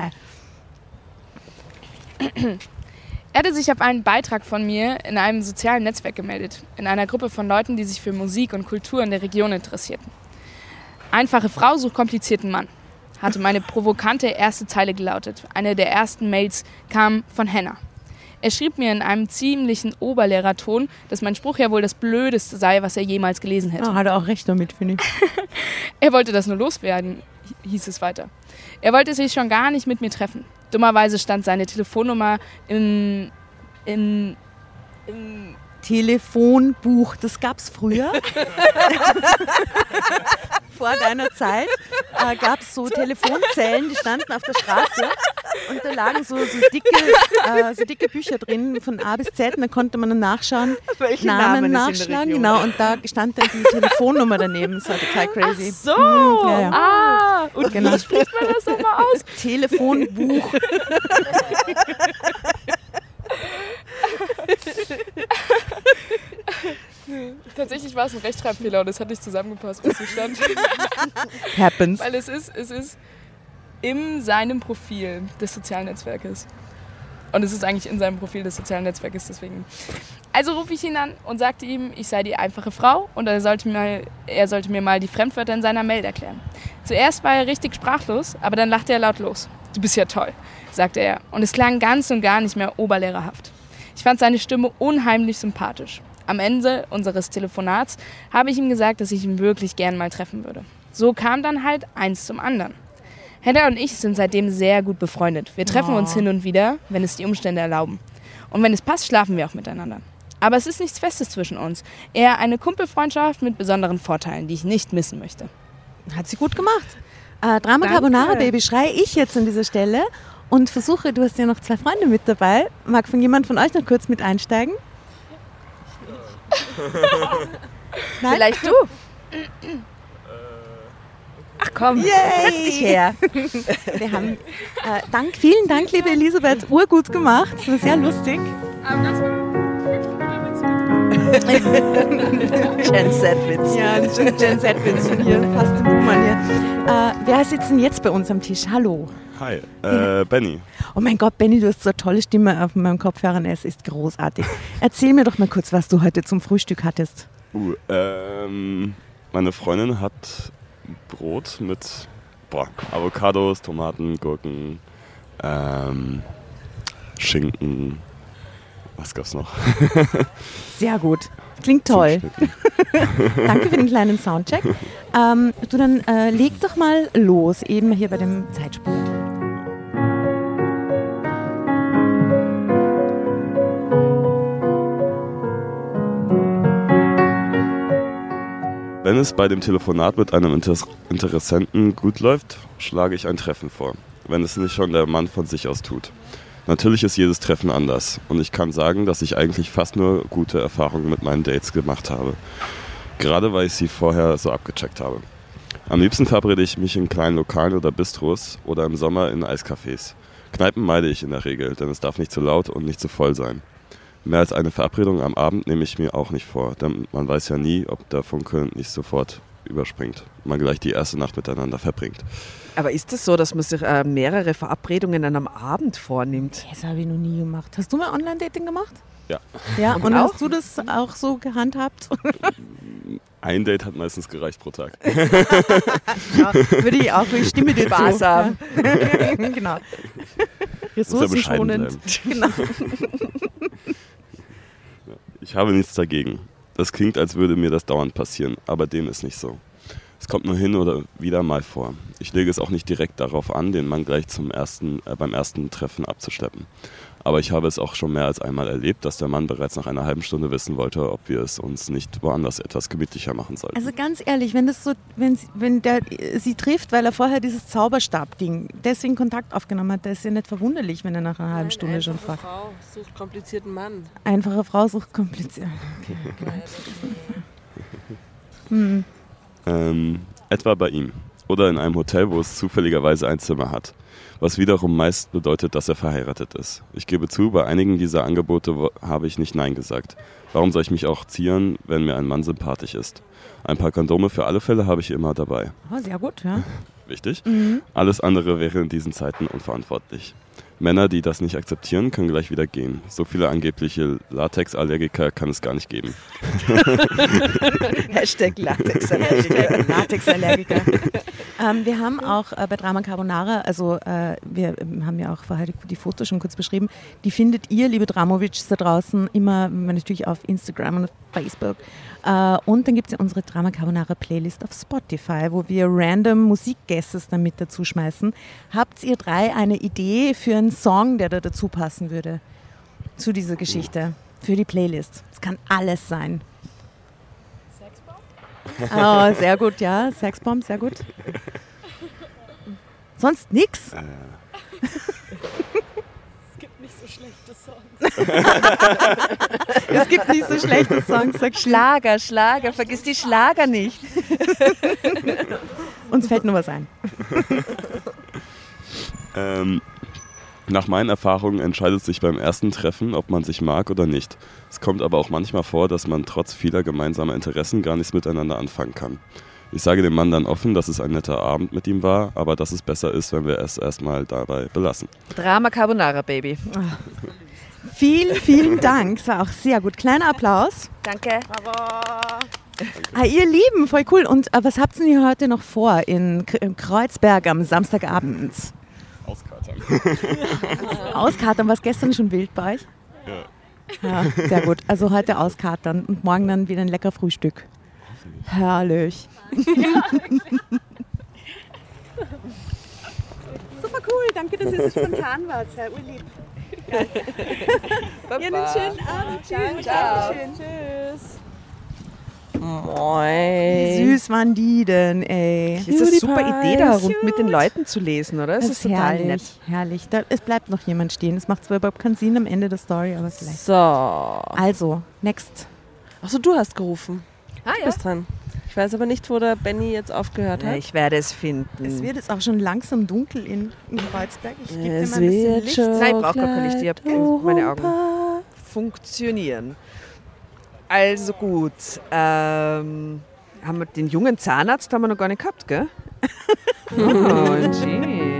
S3: Er hatte sich auf einen Beitrag von mir in einem sozialen Netzwerk gemeldet, in einer Gruppe von Leuten, die sich für Musik und Kultur in der Region interessierten. Einfache Frau sucht komplizierten Mann, hatte meine provokante erste Zeile gelautet. Eine der ersten Mails kam von Henna. Er schrieb mir in einem ziemlichen Oberlehrerton, dass mein Spruch ja wohl das Blödeste sei, was er jemals gelesen hätte.
S1: Hat er auch recht damit, finde ich.
S3: Er wollte das nur loswerden, hieß es weiter. Er wollte sich schon gar nicht mit mir treffen. Dummerweise stand seine Telefonnummer im
S1: Telefonbuch, das gab es früher. Vor deiner Zeit gab es so Telefonzellen, die standen auf der Straße und da lagen so dicke Bücher drin von A bis Z und da konnte man dann nachschauen, Namen nachschlagen, genau, und da stand dann die Telefonnummer daneben, das war total crazy.
S3: Ach so,
S1: ja.
S3: Und
S1: genau.
S3: wie spricht man das nochmal aus?
S1: Telefonbuch.
S3: Tatsächlich war es ein Rechtschreibfehler und es hat nicht zusammengepasst, was hier stand.
S1: Happens.
S3: Weil es ist in seinem Profil des sozialen Netzwerkes. Und es ist eigentlich in seinem Profil des sozialen Netzwerkes, deswegen. Also rufe ich ihn an und sagte ihm, ich sei die einfache Frau und er sollte mir mal die Fremdwörter in seiner Mail erklären. Zuerst war er richtig sprachlos, aber dann lachte er laut los. Du bist ja toll, sagte er. Und es klang ganz und gar nicht mehr oberlehrerhaft. Ich fand seine Stimme unheimlich sympathisch. Am Ende unseres Telefonats habe ich ihm gesagt, dass ich ihn wirklich gern mal treffen würde. So kam dann halt eins zum anderen. Henna und ich sind seitdem sehr gut befreundet. Wir treffen uns hin und wieder, wenn es die Umstände erlauben. Und wenn es passt, schlafen wir auch miteinander. Aber es ist nichts Festes zwischen uns. Eher eine Kumpelfreundschaft mit besonderen Vorteilen, die ich nicht missen möchte.
S1: Hat sie gut gemacht. Drama Carbonara Baby schreie ich jetzt an dieser Stelle und versuche, du hast ja noch 2 Freunde mit dabei. Mag von jemand von euch noch kurz mit einsteigen? Nein?
S2: Vielleicht du. Ach komm, setz dich her.
S1: Wir haben, vielen Dank, liebe Elisabeth, urgut gemacht. Das war sehr lustig.
S2: Gen Z-Witz.
S1: Ja, ein Gen Z-Witz von hier, fast im Buhmann hier. Wer sitzt denn jetzt bei uns am Tisch? Hallo.
S6: Hi, Benny.
S1: Oh mein Gott, Benny, du hast so eine tolle Stimme auf meinem Kopfhörern. Es ist großartig. Erzähl mir doch mal kurz, was du heute zum Frühstück hattest.
S6: Meine Freundin hat Brot mit Avocados, Tomaten, Gurken, Schinken. Was gab's noch?
S1: Sehr gut. Klingt toll. Danke für den kleinen Soundcheck. Dann leg doch mal los, eben hier bei dem Zeitsprung.
S6: Wenn es bei dem Telefonat mit einem Interessenten gut läuft, schlage ich ein Treffen vor, wenn es nicht schon der Mann von sich aus tut. Natürlich ist jedes Treffen anders und ich kann sagen, dass ich eigentlich fast nur gute Erfahrungen mit meinen Dates gemacht habe. Gerade weil ich sie vorher so abgecheckt habe. Am liebsten verabrede ich mich in kleinen Lokalen oder Bistros oder im Sommer in Eiscafés. Kneipen meide ich in der Regel, denn es darf nicht zu laut und nicht zu voll sein. Mehr als eine Verabredung am Abend nehme ich mir auch nicht vor, denn man weiß ja nie, ob der Funke nicht sofort überspringt, man gleich die erste Nacht miteinander verbringt.
S2: Aber ist es so, dass man sich mehrere Verabredungen an einem Abend vornimmt?
S1: Das habe ich noch nie gemacht. Hast du mal Online-Dating gemacht?
S6: Ja.
S1: Ja, und
S2: auch?
S1: hast du das auch so gehandhabt?
S6: Ein Date hat meistens gereicht pro Tag.
S1: Ja, würde ich auch, ich stimme dir
S2: Sparsam.
S1: zu. Ja. Genau. Ressourcenschonend. Genau.
S6: Ich habe nichts dagegen. Das klingt, als würde mir das dauernd passieren, aber dem ist nicht so. Es kommt nur hin oder wieder mal vor. Ich lege es auch nicht direkt darauf an, den Mann gleich beim ersten Treffen abzuschleppen. Aber ich habe es auch schon mehr als einmal erlebt, dass der Mann bereits nach einer halben Stunde wissen wollte, ob wir es uns nicht woanders etwas gemütlicher machen sollten.
S1: Also ganz ehrlich, wenn der sie trifft, weil er vorher dieses Zauberstab-Ding deswegen Kontakt aufgenommen hat, das ist ja nicht verwunderlich, wenn er nach einer halben Stunde schon fragt.
S4: Frau sucht komplizierten Mann.
S1: Einfache Frau sucht kompliziert. Okay,
S6: Etwa bei ihm oder in einem Hotel, wo es zufälligerweise ein Zimmer hat. Was wiederum meist bedeutet, dass er verheiratet ist. Ich gebe zu, bei einigen dieser Angebote habe ich nicht Nein gesagt. Warum soll ich mich auch zieren, wenn mir ein Mann sympathisch ist? Ein paar Kondome für alle Fälle habe ich immer dabei.
S1: Oh, sehr gut, ja.
S6: Wichtig. Alles andere wäre in diesen Zeiten unverantwortlich. Männer, die das nicht akzeptieren, können gleich wieder gehen. So viele angebliche Latexallergiker kann es gar nicht geben.
S2: Hashtag Latexallergiker.
S1: Latexallergiker. Wir haben auch bei Drama Carbonara, also wir haben ja auch vorher die Fotos schon kurz beschrieben, die findet ihr, liebe Dramovics da draußen, immer natürlich auf Instagram und auf Facebook. Und dann gibt es ja unsere Drama Carbonara Playlist auf Spotify, wo wir random Musikguesses dann mit dazu schmeißen. Habt ihr 3 eine Idee für einen Song, der da dazu passen würde? Zu dieser Geschichte? Für die Playlist. Es kann alles sein. Sexbomb? Oh, sehr gut, ja. Sexbomb, sehr gut. Sonst nix?
S3: Es gibt nicht so schlechte Songs.
S1: Es gibt nicht so schlechte Songs. Sag
S2: Schlager, vergiss die Schlager nicht.
S1: Uns fällt nur was ein.
S6: Nach meinen Erfahrungen entscheidet sich beim ersten Treffen, ob man sich mag oder nicht. Es kommt aber auch manchmal vor, dass man trotz vieler gemeinsamer Interessen gar nichts miteinander anfangen kann. Ich sage dem Mann dann offen, dass es ein netter Abend mit ihm war, aber dass es besser ist, wenn wir es erstmal dabei belassen.
S2: Drama Carbonara, Baby.
S1: Vielen, vielen Dank. Das war auch sehr gut. Kleiner Applaus.
S2: Danke.
S1: Ihr Lieben, voll cool. Und was habt ihr heute noch vor in Kreuzberg am Samstagabend?
S6: Auskatern.
S1: Auskatern, war es gestern schon wild bei euch? Ja. Ja, sehr gut. Also heute auskatern und morgen dann wieder ein lecker Frühstück. Herrlich. Super cool, danke, dass ihr so spontan wart. Sehr urlieb. Ja, einen schönen Abend. Tschüss.
S2: Ciao.
S1: Tschüss.
S4: Moin.
S1: Wie süß waren die denn, ey?
S2: Das ist eine super Idee, da rund mit den Leuten zu lesen, oder?
S1: Das ist total nett. Herrlich. Es bleibt noch jemand stehen. Es macht zwar überhaupt keinen Sinn am Ende der Story, aber vielleicht.
S4: So.
S1: Also, next.
S4: Achso, du hast gerufen.
S2: Ah,
S4: Du bist dran. Ich weiß aber nicht, wo der Benny jetzt aufgehört hat.
S2: Ja, ich werde es finden.
S1: Es wird jetzt auch schon langsam dunkel in Kreuzberg. Ich gebe dir
S4: Es
S1: mal ein bisschen
S4: wird
S1: Licht.
S4: schon
S2: Nein, ich brauche gar kein Licht. Ich habe meine Augen
S4: Europa.
S2: funktionieren. Also gut. Haben wir den jungen Zahnarzt haben wir noch gar nicht gehabt, gell? Oh, gee.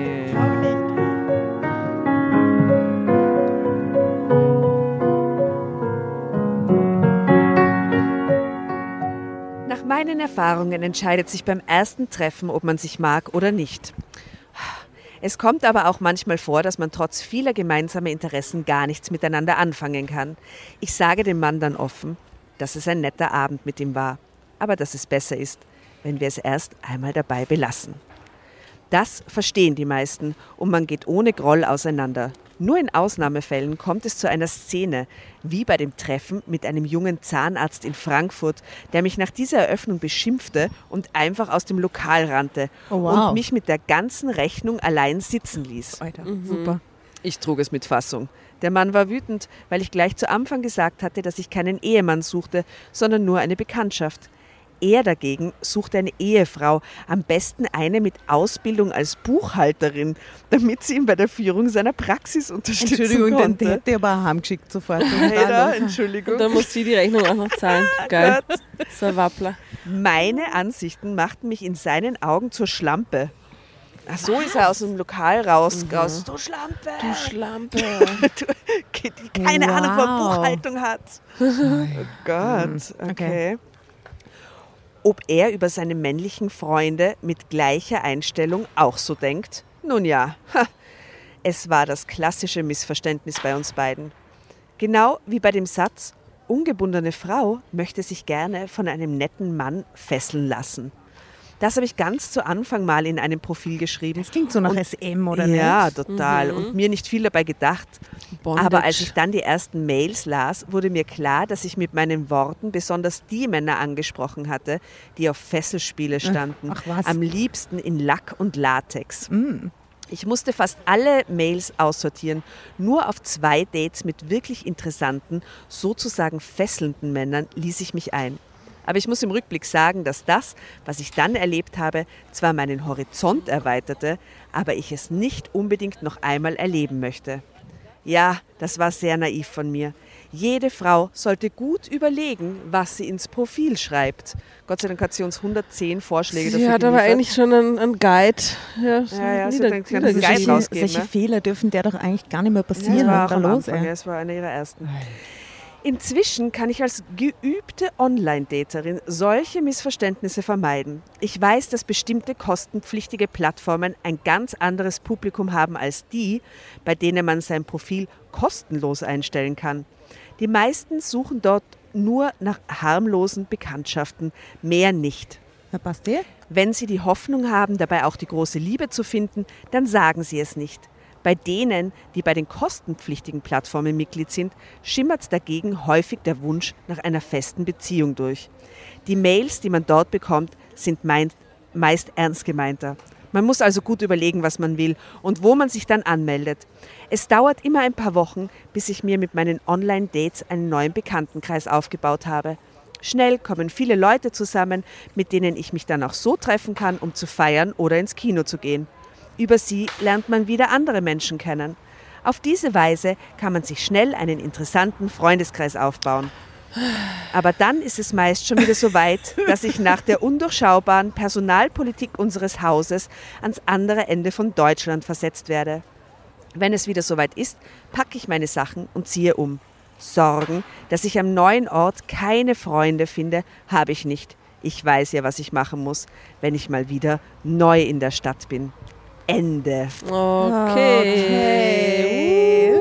S2: Nach meinen Erfahrungen entscheidet sich beim ersten Treffen, ob man sich mag oder nicht. Es kommt aber auch manchmal vor, dass man trotz vieler gemeinsamer Interessen gar nichts miteinander anfangen kann. Ich sage dem Mann dann offen, dass es ein netter Abend mit ihm war, aber dass es besser ist, wenn wir es erst einmal dabei belassen. Das verstehen die meisten und man geht ohne Groll auseinander. Nur in Ausnahmefällen kommt es zu einer Szene, wie bei dem Treffen mit einem jungen Zahnarzt in Frankfurt, der mich nach dieser Eröffnung beschimpfte und einfach aus dem Lokal rannte
S1: Oh, wow.
S2: und mich mit der ganzen Rechnung allein sitzen ließ.
S1: Alter, super.
S2: Ich trug es mit Fassung. Der Mann war wütend, weil ich gleich zu Anfang gesagt hatte, dass ich keinen Ehemann suchte, sondern nur eine Bekanntschaft. Er dagegen suchte eine Ehefrau, am besten eine mit Ausbildung als Buchhalterin, damit sie ihn bei der Führung seiner Praxis unterstützen
S1: Entschuldigung, den
S2: konnte.
S1: hätte ich aber heimgeschickt sofort.
S2: Entschuldigung.
S4: Und dann muss sie die Rechnung auch noch zahlen. Geil. So ein Wappler.
S2: Meine Ansichten machten mich in seinen Augen zur Schlampe. Ach, so ist er aus dem Lokal raus. Du Schlampe!
S4: Du Schlampe.
S2: Die keine Ahnung von
S1: Wow.
S2: Buchhaltung hat. Oh Gott, okay. Ob er über seine männlichen Freunde mit gleicher Einstellung auch so denkt? Nun ja, es war das klassische Missverständnis bei uns beiden. Genau wie bei dem Satz, ungebundene Frau möchte sich gerne von einem netten Mann fesseln lassen. Das habe ich ganz zu Anfang mal in einem Profil geschrieben.
S1: Das klingt so nach SM, oder nicht?
S2: Ja, total. Und mir nicht viel dabei gedacht.
S4: Bondage.
S2: Aber als ich dann die ersten Mails las, wurde mir klar, dass ich mit meinen Worten besonders die Männer angesprochen hatte, die auf Fesselspiele standen.
S1: Ach was.
S2: Am liebsten in Lack und Latex. Ich musste fast alle Mails aussortieren. Nur auf 2 Dates mit wirklich interessanten, sozusagen fesselnden Männern ließ ich mich ein. Aber ich muss im Rückblick sagen, dass das, was ich dann erlebt habe, zwar meinen Horizont erweiterte, aber ich es nicht unbedingt noch einmal erleben möchte. Ja, das war sehr naiv von mir. Jede Frau sollte gut überlegen, was sie ins Profil schreibt. Gott sei Dank hat sie uns 110 Vorschläge dafür
S4: Sie hat aber
S2: geliefert.
S4: eigentlich schon einen Guide. Ja,
S2: sie hat einen ganzen Guide
S1: Solche,
S2: rausgeben,
S1: solche
S2: ne?
S1: Fehler dürfen der doch eigentlich gar nicht mehr passieren.
S2: Ja,
S1: Was
S2: am
S1: da los,
S2: Anfang, ja, es war eine ihrer ersten. Inzwischen kann ich als geübte Online-Daterin solche Missverständnisse vermeiden. Ich weiß, dass bestimmte kostenpflichtige Plattformen ein ganz anderes Publikum haben als die, bei denen man sein Profil kostenlos einstellen kann. Die meisten suchen dort nur nach harmlosen Bekanntschaften, mehr nicht.
S1: Herr Basti?
S2: Wenn Sie die Hoffnung haben, dabei auch die große Liebe zu finden, dann sagen Sie es nicht. Bei denen, die bei den kostenpflichtigen Plattformen Mitglied sind, schimmert dagegen häufig der Wunsch nach einer festen Beziehung durch. Die Mails, die man dort bekommt, sind meist ernst gemeinter. Man muss also gut überlegen, was man will und wo man sich dann anmeldet. Es dauert immer ein paar Wochen, bis ich mir mit meinen Online-Dates einen neuen Bekanntenkreis aufgebaut habe. Schnell kommen viele Leute zusammen, mit denen ich mich dann auch so treffen kann, um zu feiern oder ins Kino zu gehen. Über sie lernt man wieder andere Menschen kennen. Auf diese Weise kann man sich schnell einen interessanten Freundeskreis aufbauen. Aber dann ist es meist schon wieder so weit, dass ich nach der undurchschaubaren Personalpolitik unseres Hauses ans andere Ende von Deutschland versetzt werde. Wenn es wieder soweit ist, packe ich meine Sachen und ziehe um. Sorgen, dass ich am neuen Ort keine Freunde finde, habe ich nicht. Ich weiß ja, was ich machen muss, wenn ich mal wieder neu in der Stadt bin. Ende.
S4: Okay.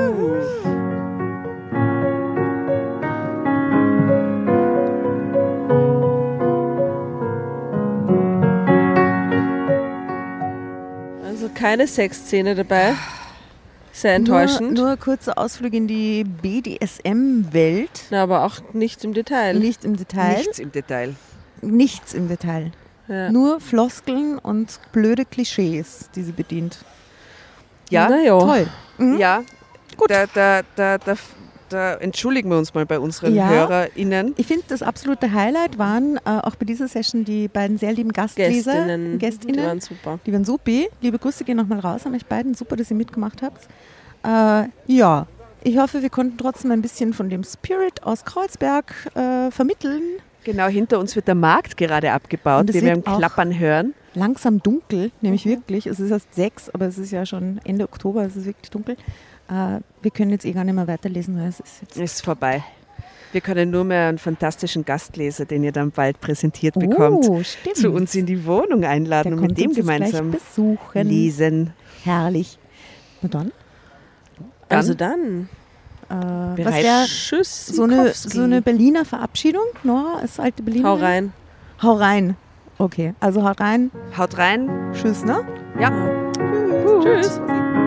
S4: Also keine Sexszene dabei. Sehr enttäuschend.
S1: Nur ein kurzer Ausflug in die BDSM-Welt.
S4: Na, aber auch nicht im Detail.
S1: Nicht im Detail.
S2: Nichts im Detail.
S1: Nichts im Detail.
S4: Ja.
S1: Nur Floskeln und blöde Klischees, die sie bedient.
S2: Ja,
S4: Na ja.
S1: Toll.
S2: ja. Gut. Da entschuldigen wir uns mal bei unseren
S1: Ja.
S2: HörerInnen.
S1: Ich finde, das absolute Highlight waren auch bei dieser Session die beiden sehr lieben Gastleser.
S4: Gästinnen. Die waren super.
S1: Die waren supi. Liebe Grüße gehen nochmal raus an euch beiden. Super, dass ihr mitgemacht habt. Ja, ich hoffe, wir konnten trotzdem ein bisschen von dem Spirit aus Kreuzberg vermitteln.
S2: Genau, hinter uns wird der Markt gerade abgebaut,
S1: Und es
S2: wie wir im
S1: wird auch
S2: Klappern hören.
S1: Langsam dunkel, nämlich wirklich. Es ist erst 6, aber es ist ja schon Ende Oktober, es ist wirklich dunkel. Wir können jetzt gar nicht mehr weiterlesen, weil es ist jetzt...
S2: Ist vorbei. Wir können nur mehr einen fantastischen Gastleser, den ihr dann bald präsentiert bekommt,
S1: stimmt.
S2: zu uns in die Wohnung einladen
S1: Der
S2: und mit
S1: kommt
S2: dem
S1: uns jetzt gleich
S2: gemeinsam
S1: besuchen.
S2: lesen.
S1: Herrlich. Na dann?
S4: Also dann.
S1: Was
S2: Bereit?
S1: wäre
S4: Tschüss.
S1: so eine Berliner Verabschiedung? Nora, als alte Berlinerin?
S4: Hau rein.
S1: Hau rein. Okay, also haut rein.
S2: Haut rein.
S1: Tschüss, ne?
S2: Ja.
S4: Tschüss.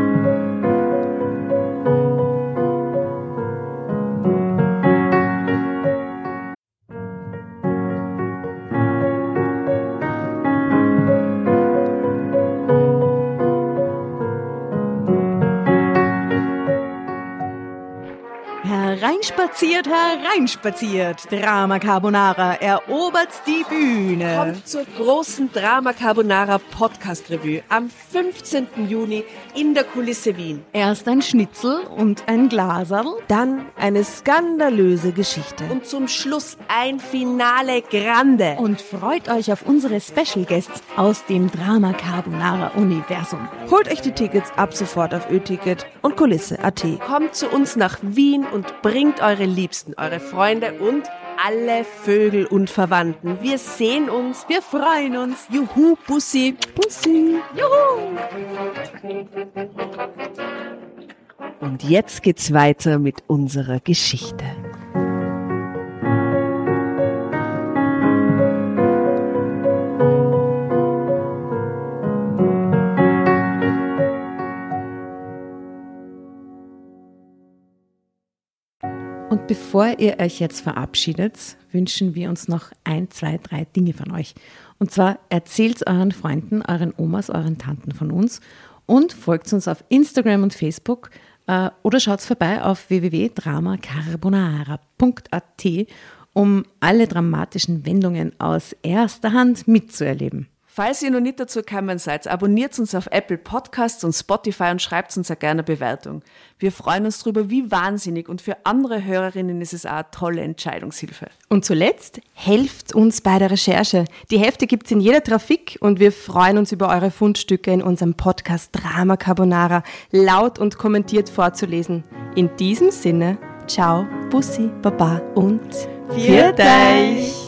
S1: Hereinspaziert. Drama Carbonara erobert die Bühne.
S5: Kommt zur großen Drama Carbonara Podcast Revue am 15. Juni in der Kulisse Wien.
S1: Erst ein Schnitzel und ein Glaserl.
S5: Dann eine skandalöse Geschichte. Und zum Schluss ein Finale Grande.
S1: Und freut euch auf unsere Special Guests aus dem Drama Carbonara Universum.
S5: Holt euch die Tickets ab sofort auf Ö-Ticket und Kulisse.at. Kommt zu uns nach Wien und bringt eure Liebsten, eure Freunde und alle Vögel und Verwandten. Wir sehen uns.
S1: Wir freuen uns.
S5: Juhu, Bussi. Bussi.
S2: Und jetzt geht's weiter mit unserer Geschichte.
S1: Und bevor ihr euch jetzt verabschiedet, wünschen wir uns noch 1, 2, 3 Dinge von euch. Und zwar erzählt euren Freunden, euren Omas, euren Tanten von uns und folgt uns auf Instagram und Facebook oder schaut vorbei auf www.dramacarbonara.at, um alle dramatischen Wendungen aus erster Hand mitzuerleben.
S2: Falls ihr noch nicht dazu gekommen seid, abonniert uns auf Apple Podcasts und Spotify und schreibt uns auch gerne eine Bewertung. Wir freuen uns darüber wie wahnsinnig und für andere Hörerinnen ist es auch eine tolle Entscheidungshilfe.
S5: Und zuletzt, helft uns bei der Recherche. Die Hefte gibt es in jeder Trafik und wir freuen uns über eure Fundstücke in unserem Podcast Drama Carbonara laut und kommentiert vorzulesen. In diesem Sinne, ciao, Bussi, Baba und
S1: Viert euch!